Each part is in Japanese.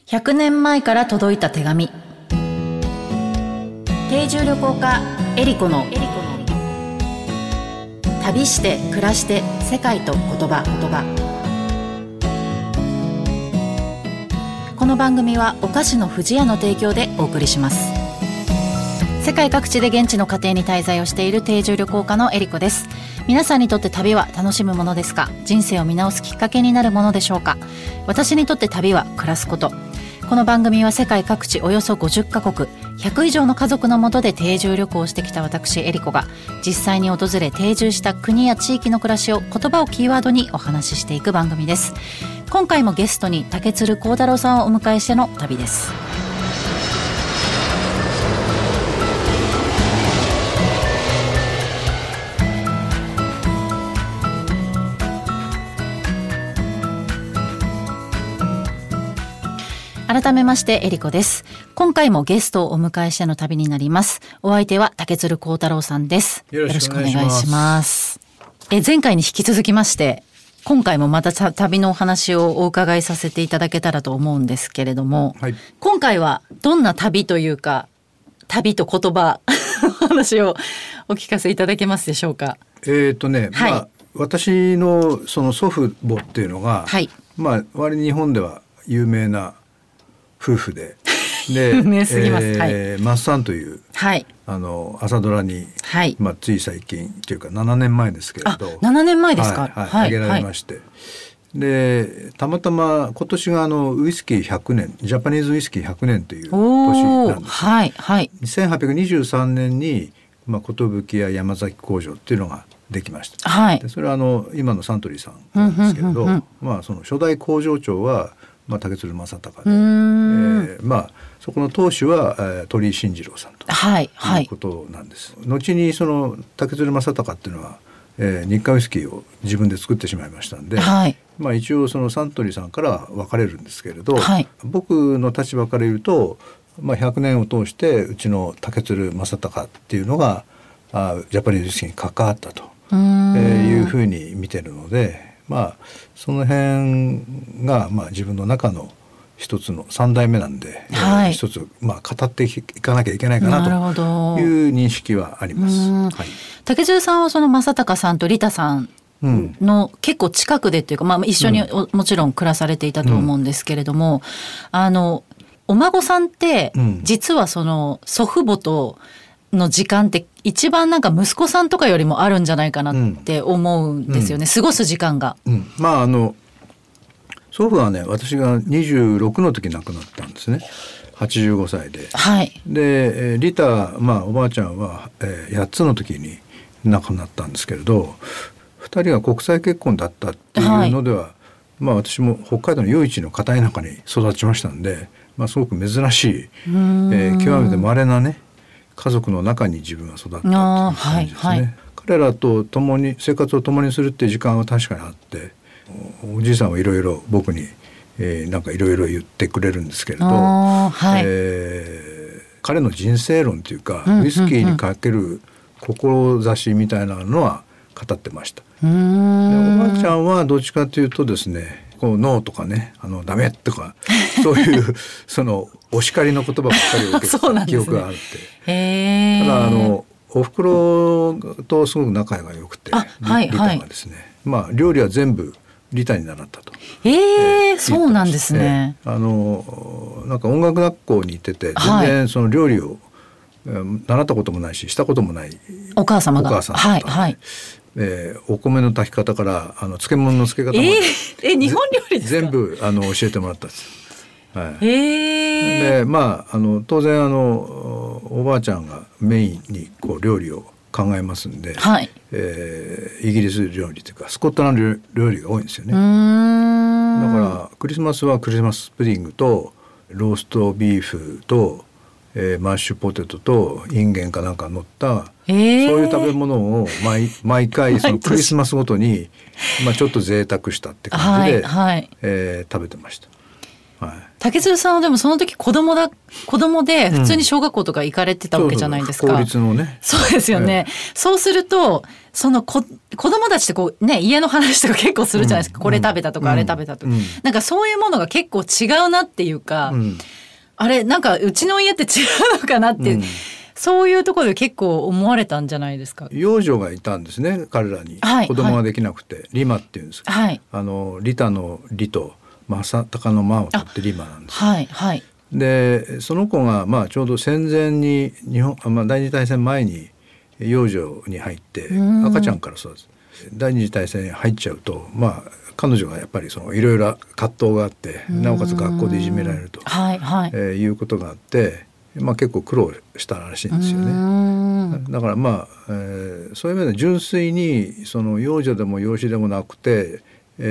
100年前から届いた手紙。定住旅行家エリコの旅して暮らして世界と言葉。この番組はお菓子の不二家の提供でお送りします。世界各地で現地の家庭に滞在をしている定住旅行家のエリコです。皆さんにとって旅は楽しむものですか？人生を見直すきっかけになるものでしょうか？私にとって旅は暮らすこと。この番組は世界各地およそ50カ国100以上の家族の下で定住旅行をしてきた私エリコが実際に訪れ定住した国や地域の暮らしを言葉をキーワードにお話ししていく番組です。今回もゲストに竹鶴光太郎さんをお迎えしての旅です。改めましてエリコです。今回もゲストをお迎えしての旅になります。お相手は竹鶴光太郎さんです。よろしくお願いします。前回に引き続きまして今回もまた旅のお話をお伺いさせていただけたらと思うんですけれども、はい、今回はどんな旅というか旅と言葉の話をお聞かせいただけますでしょうか？ はい私のその祖父母っていうのが、はい割に日本では有名な夫婦で有名すぎます。マッサンという、はい、朝ドラに、はいつい最近というか7年前ですけれど 7年前ですか？ 挙げられまして、でたまたま今年がウイスキー100年ジャパニーズウイスキー100年という年なんです。1823年に、寿屋山崎工場っていうのができました。でそれは今のサントリーさんなんですけれど、その初代工場長は竹鶴正隆で、そこの当主は、鳥居慎次郎さんということなんです。後にその竹鶴正隆っていうのは、日課ウイスキーを自分で作ってしまいましたんで、一応そのサントリーさんから分かれるんですけれど、僕の立場から言うと、100年を通してうちの竹鶴正隆っていうのがジャパニーズウイスキーに関わったというふうに見てるので、その辺が自分の中の一つの3代目なんで、一つ語っていかなきゃいけないかなという認識はあります。 竹鶴さんはその正隆さんとリタさんの結構近くでっていうか、一緒にもちろん暮らされていたと思うんですけれども、お孫さんって実はその祖父母との時間って一番なんか息子さんとかよりもあるんじゃないかなって思うんですよね、過ごす時間が。 祖父はね、私が26の時亡くなったんですね。85歳で、でリタ、おばあちゃんは、8つの時に亡くなったんですけれど、2人が国際結婚だったっていうのでは、私も北海道の余市の片田舎に育ちましたんで、すごく珍しい、極めて稀なね家族の中に自分は育ったっていう感じですね。彼らと共に生活を共にするっていう時間は確かにあって、おじいさんはいろいろ僕に、なんかいろいろ言ってくれるんですけれど、彼の人生論というか、ウイスキーにかける志みたいなのは語ってました。でおばあちゃんはどっちかというとですね、こうノーとかね、ダメとかそういうそのお叱りの言葉ばっかりを受けた記憶があるって。ただおふくろとすごく仲が良くて、リタがですね、料理は全部リタに習ったと。 そうなんですね。 なんか音楽学校に行ってて、全然その料理を習ったこともないししたこともないお母様がお米の炊き方から漬物の漬け方まで、 日本料理ですか？ 全部教えてもらったんです。で当然おばあちゃんがメインにこう料理を考えますんで、イギリス料理というかスコットランド料理が多いんですよね。だからクリスマスはクリスマスプディングとローストビーフと、マッシュポテトとインゲンかなんか乗った、そういう食べ物を毎回そのクリスマスごとにちょっと贅沢したって感じで、食べてました。 竹鶴さんはでもその時子供で普通に小学校とか行かれてたわけじゃないですか。 そう公立のね。 そうですよね。そうするとその子供たちってこうね、家の話とか結構するじゃないですか。これ食べたとかあれ食べたとか、なんかそういうものが結構違うなっていうか、あれなんかうちの家って違うのかなって、そういうところで結構思われたんじゃないですか。 養女がいたんですね、彼らに。子供ができなくて、リマっていうんですけど、リタのリと正隆の間を取ってリマなんです。でその子がちょうど戦前に第二次大戦前に養女に入って赤ちゃんから育つ。第二次大戦に入っちゃうと彼女がやっぱりいろいろ葛藤があって、なおかつ学校でいじめられると、いうことがあって、結構苦労したらしいんですよね。だからそういう意味で純粋に養女でも養子でもなくて、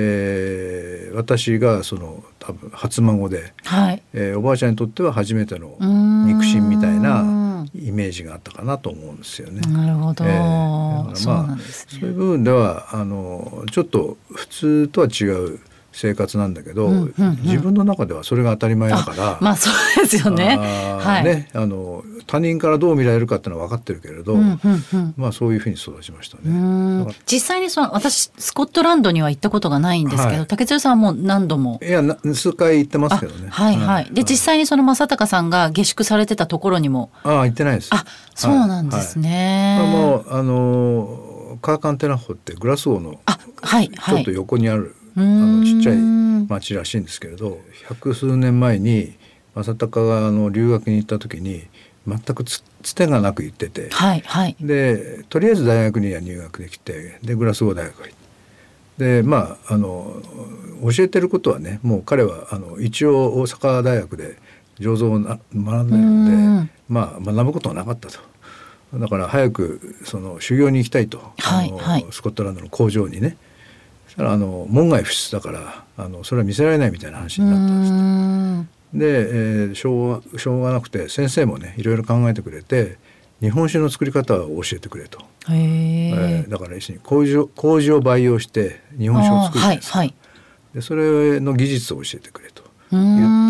私が多分初孫で、おばあちゃんにとっては初めての肉親みたいなイメージがあったかなと思うんですよね。 なるほど。 そういう部分ではちょっと普通とは違う生活なんだけど、自分の中ではそれが当たり前だから、 そうですよね。 他人からどう見られるかってのは分かってるけれど、そういうふうに育ちましたね。 実際に私スコットランドには行ったことがないんですけど、竹鶴さんはもう何度も。 いや数回行ってますけどね。 で実際に正隆さんが下宿されてたところにも。 行ってないです。 そうなんですね。 カーカンテナホってグラスゴーのちょっと横にあるちっちゃい町らしいんですけれど、百数年前に正隆が留学に行った時に全くつてがなく行ってて、でとりあえず大学には入学できて、でグラスゴー大学にで教えてることはね、もう彼は一応大阪大学で醸造を学んでるんで、学ぶことはなかったと。だから早く修行に行きたいと、スコットランドの工場にね。門外不出だからそれは見せられないみたいな話になったんです。で、しょうがなくて先生もねいろいろ考えてくれて、日本酒の作り方を教えてくれと。だから一緒に麹を培養して日本酒を作るんですか、でそれの技術を教えてくれと言って、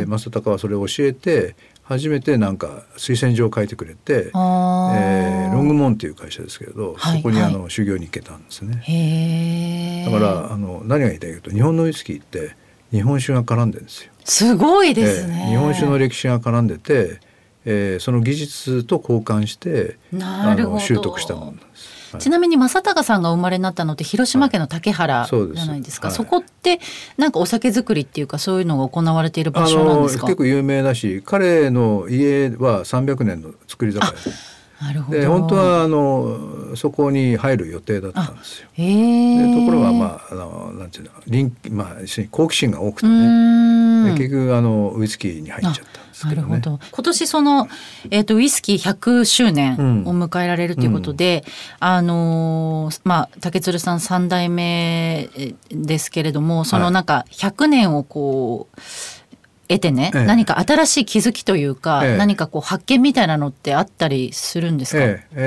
正隆はそれを教えて初めてなんか推薦状を書いてくれて、ロングモンっていう会社ですけれど、そこに修行に行けたんですね。だから何が言いたいかというと、日本のウイスキーって日本酒が絡んでるんですよ。 すごいですね。 日本酒の歴史が絡んでて、その技術と交換して習得したものなんです。 ちなみに正隆さんが生まれになったのって広島県の竹原じゃないですか。そこってなんかお酒作りっていうかそういうのが行われている場所なんですか。 結構有名だし、彼の家は300年の作り酒屋です。 なるほど。 で本当はそこに入る予定だったんですよ。でところがなんていうの好奇心が多くてね、結局ウイスキーに入っちゃったんですけどね。 なるほど。今年ウイスキー100周年を迎えられるということで、竹鶴さん3代目ですけれども、なんか100年をこう得てね、何か新しい気づきというか、何か発見みたいなのってあったりするんですか。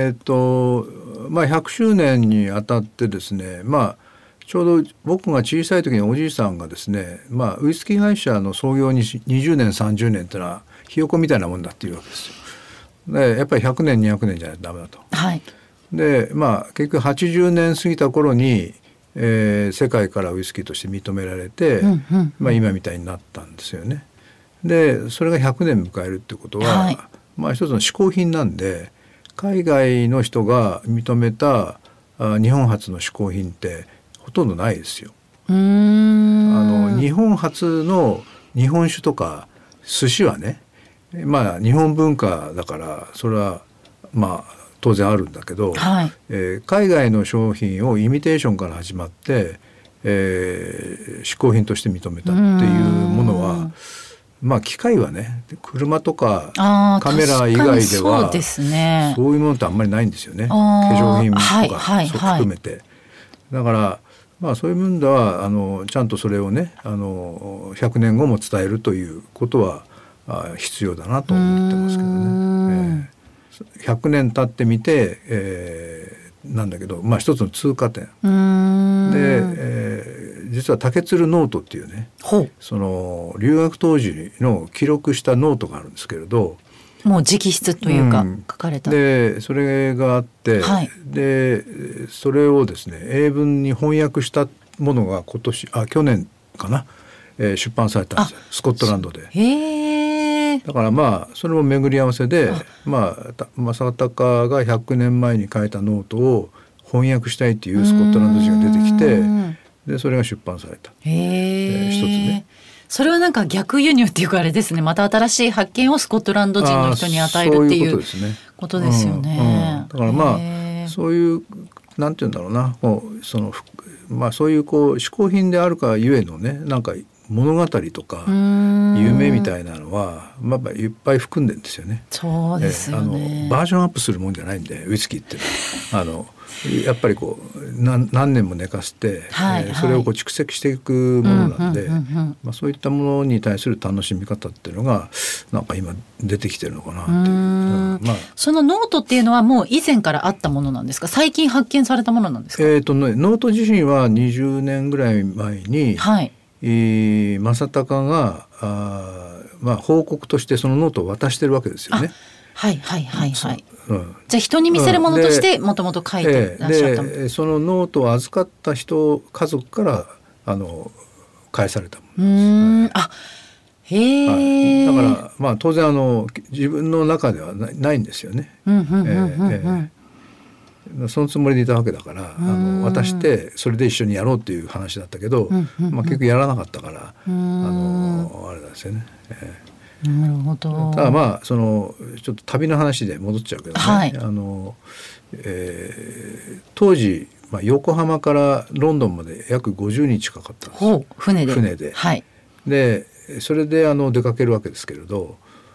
100周年にあたってですね、ちょうど僕が小さい時におじいさんがですね、ウイスキー会社の創業に20年30年っていうのはひよこみたいなもんだっていうわけですよ。でやっぱり100年200年じゃないとダメだと。で結局80年過ぎた頃に世界からウイスキーとして認められて、今みたいになったんですよね。でそれが100年迎えるってことは、一つの嗜好品なんで、海外の人が認めた日本初の嗜好品ってほとんどないですよ。日本初の日本酒とか寿司はね、日本文化だからそれは当然あるんだけど、海外の商品をイミテーションから始まって、嗜好品として認めたっていうものは、機械はね、車とかカメラ以外ではそういうものってあんまりないんですよね。化粧品とか含めて。だからそういう分ではちゃんとそれをね100年後も伝えるということは必要だなと思ってますけどね。100年経ってみて、なんだけど一つの通過点で、 実は竹鶴ノートっていうね、その留学当時の記録したノートがあるんですけれど、 もう直筆というか書かれた、 でそれがあって、でそれをですね英文に翻訳したものが去年かな、出版されたんですよ、スコットランドで。だからまあそれも巡り合わせで、正隆が100年前に書いたノートを翻訳したいっていうスコットランド人が出てきて、でそれが出版された、一つね。 それはなんか逆輸入っていうかあれですね、また新しい発見をスコットランド人の人に与えるっていうことですよね。 だからまあそういうなんていうんだろうな、そういう嗜好品であるかゆえのね、なんか物語とか夢みたいなのは、いっぱい含んでるんですよね。 そうですよね。 バージョンアップするもんじゃないんで、ウイスキーっていうのはやっぱり何年も寝かせて、それを蓄積していくものなんで、そういったものに対する楽しみ方っていうのがなんか今出てきてるのかなっていう。 そのノートっていうのはもう以前からあったものなんですか、最近発見されたものなんですか。 ノート自身は20年ぐらい前に、正隆が報告としてそのノートを渡してるわけですよね。じゃあ人に見せるものとしてもともと書いてらっしゃったでそのノートを預かった家族から返されたものです。だから当然自分の中ではないんですよね。そのつもりでいたわけだから、渡してそれで一緒にやろうっていう話だったけど、結局やらなかったから、あれなんですよね。 なるほど。 ただちょっと旅の話で戻っちゃうけどね、当時、横浜からロンドンまで約50日かかったんですよ。船で。でそれで出かけるわけですけれど、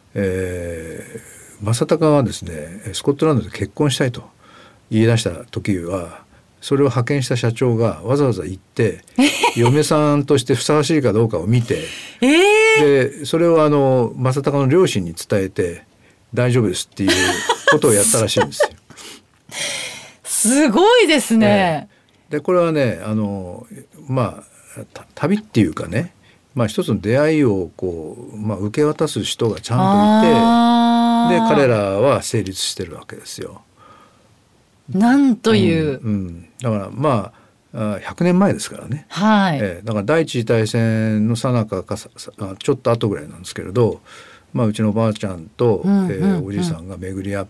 正隆はですねスコットランドで結婚したいと言い出した時は、それを派遣した社長がわざわざ行って嫁さんとしてふさわしいかどうかを見て、でそれを正隆の両親に伝えて大丈夫ですっていうことをやったらしいんですよ。 すごいですね。 でこれはね旅っていうかね、一つの出会いを受け渡す人がちゃんといて、で彼らは成立してるわけですよ。 なんという、 だから100年前ですからね、だから第一次大戦の最中かちょっと後ぐらいなんですけれど、うちのおばあちゃんと、おじいさんが巡り合って、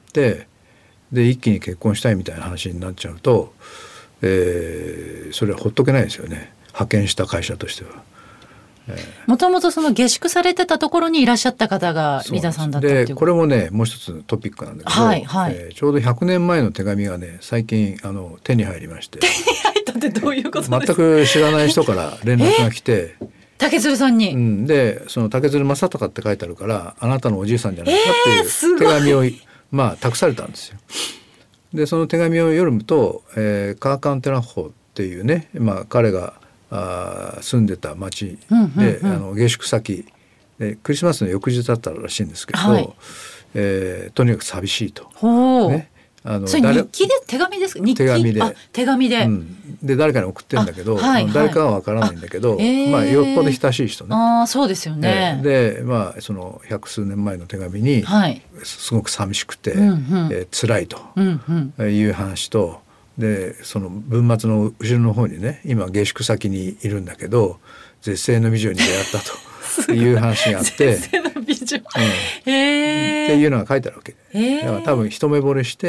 で一気に結婚したいみたいな話になっちゃうと、それはほっとけないですよね、派遣した会社としては。 もともとその下宿されてたところにいらっしゃった方がリタさんだったっていう。 でこれもねもう一つのトピックなんだけど、ちょうど100年前の手紙がね最近手に入りまして。 手に入ったってどういうことですか。 全く知らない人から連絡が来て竹鶴さんに、 でその竹鶴正隆って書いてあるから、あなたのおじいさんじゃないかっていう手紙を、託されたんですよ。でその手紙を読むと、カーカンテラホっていうね、彼が住んでた町で、下宿先でクリスマスの翌日だったらしいんですけど、とにかく寂しいと。 それ日記で手紙ですか。日記手紙で、 で誰かに送ってるんだけど、誰かは分からないんだけど、よっぽど親しい人ね。 そうですよね。 でその百数年前の手紙に、すごく寂しくて、辛いという話と、でその文末の後ろの方にね、今下宿先にいるんだけど絶世の美女に出会ったという話があって絶世の美女、 っていうのが書いてあるわけ、だから多分一目惚れして、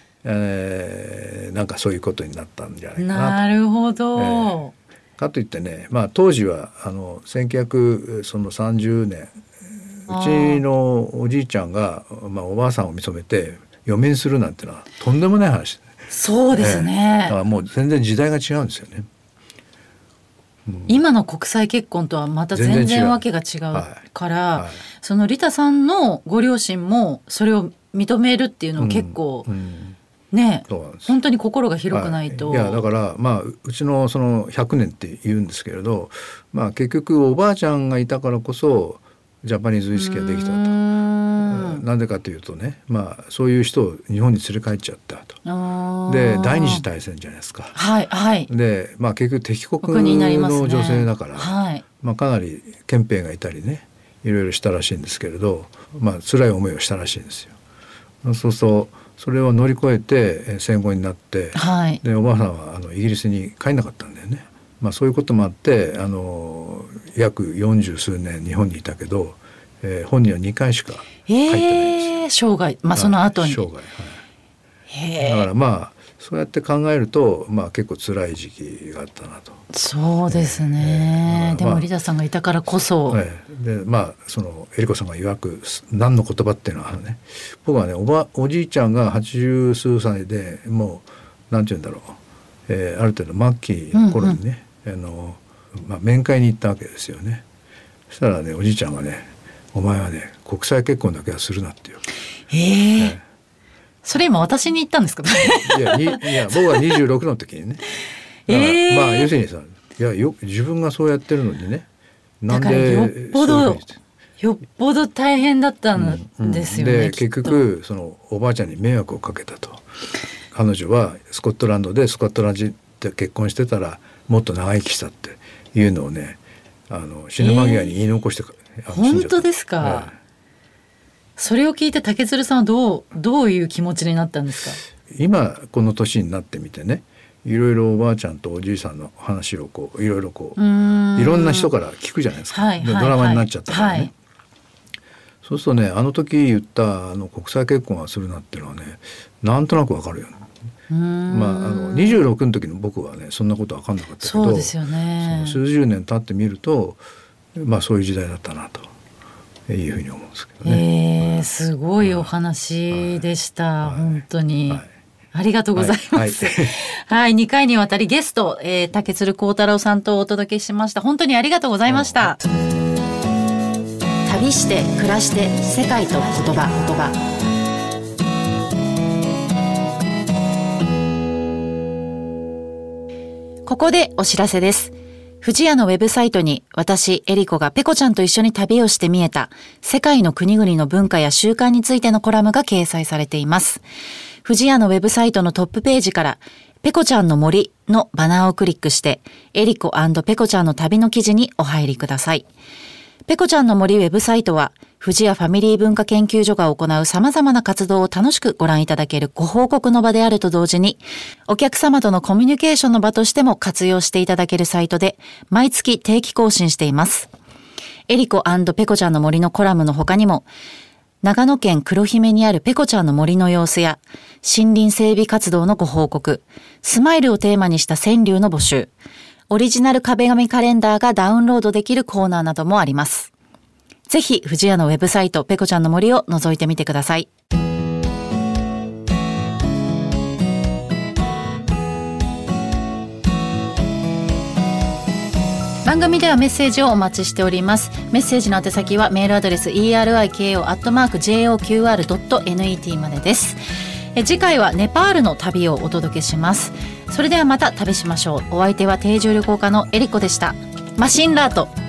なんかそういうことになったんじゃないかなと。 なるほど、 かといってね、当時は1930年うちのおじいちゃんが、おばあさんを認めて嫁にするなんてのはとんでもない話。 そうですね、 だからもう全然時代が違うんですよね。 今の国際結婚とはまた全然わけが違うから、そのリタさんのご両親もそれを認めるっていうのを結構、本当に心が広くないと。 いやだからうちのその100年って言うんですけれど、結局おばあちゃんがいたからこそジャパニーズウイスキーができたと。 なんでかというとね、そういう人を日本に連れ帰っちゃったと。で第二次大戦じゃないですか。 はいはい。 で、結局敵国の女性だから、はい、かなり憲兵がいたりね、いろいろしたらしいんですけれど、辛い思いをしたらしいんですよ。そうするとそれを乗り越えて戦後になって、はい、でおばあさんはイギリスに帰んなかったんだよね。そういうこともあって約40数年日本にいたけど、本人は2回しか帰ってないんですよ。 生涯、その後に生涯、はい、だからそうやって考えると、結構辛い時期があったなと。 そうですね、でもリダさんがいたからこそ、 でそのエリコさんが曰く何の言葉っていうのはね、僕はねおじいちゃんが80数歳でもうなんていうんだろう、ある程度末期の頃にね、面会に行ったわけですよね。そしたらね、おじいちゃんがね、お前はね国際結婚だけはするなっていう。 それ今私に言ったんですか？ いや僕は26の時にね。要するにさ、自分がそうやってるのにね、なんでよっぽど大変だったんですよね。 で結局そのおばあちゃんに迷惑をかけたと。彼女はスコットランドで結婚してたらもっと長生きしたっていうのをね、死ぬ間際に言い残して、 本当ですか？それを聞いて竹鶴さんはどういう気持ちになったんですか？ 今この年になってみてね、いろいろおばあちゃんとおじいさんの話をいろいろいろんな人から聞くじゃないですか。でドラマになっちゃったからね。そうするとね、あの時言った国際結婚はするなっていうのはね、なんとなくわかるよね。26の時の僕はね、そんなこと分かんなかったけど、 そうですよね。 数十年経ってみると、そういう時代だったなというふうに思うんですけどね。 すごいお話でした、本当に、ありがとうございます。2回にわたりゲスト、竹鶴光太郎さんとお届けしました。本当にありがとうございました。旅して暮らして世界と言葉。ここでお知らせです。藤屋のウェブサイトに私、エリコがペコちゃんと一緒に旅をして見えた世界の国々の文化や習慣についてのコラムが掲載されています。藤屋のウェブサイトのトップページからペコちゃんの森のバナーをクリックしてエリコ&ペコちゃんの旅の記事にお入りください。ペコちゃんの森ウェブサイトは藤屋ファミリー文化研究所が行う様々な活動を楽しくご覧いただけるご報告の場であると同時に、お客様とのコミュニケーションの場としても活用していただけるサイトで、毎月定期更新しています。エリコ&ペコちゃんの森のコラムの他にも、長野県黒姫にあるペコちゃんの森の様子や、森林整備活動のご報告、スマイルをテーマにした川柳の募集、オリジナル壁紙カレンダーがダウンロードできるコーナーなどもあります。ぜひ藤屋のウェブサイトペコちゃんの森を覗いてみてください。番組ではメッセージをお待ちしております。メッセージの宛先はメールアドレス eriko@joqr.net までです。次回はネパールの旅をお届けします。それではまた旅しましょう。お相手は定住旅行家のエリコでした。マシンラート。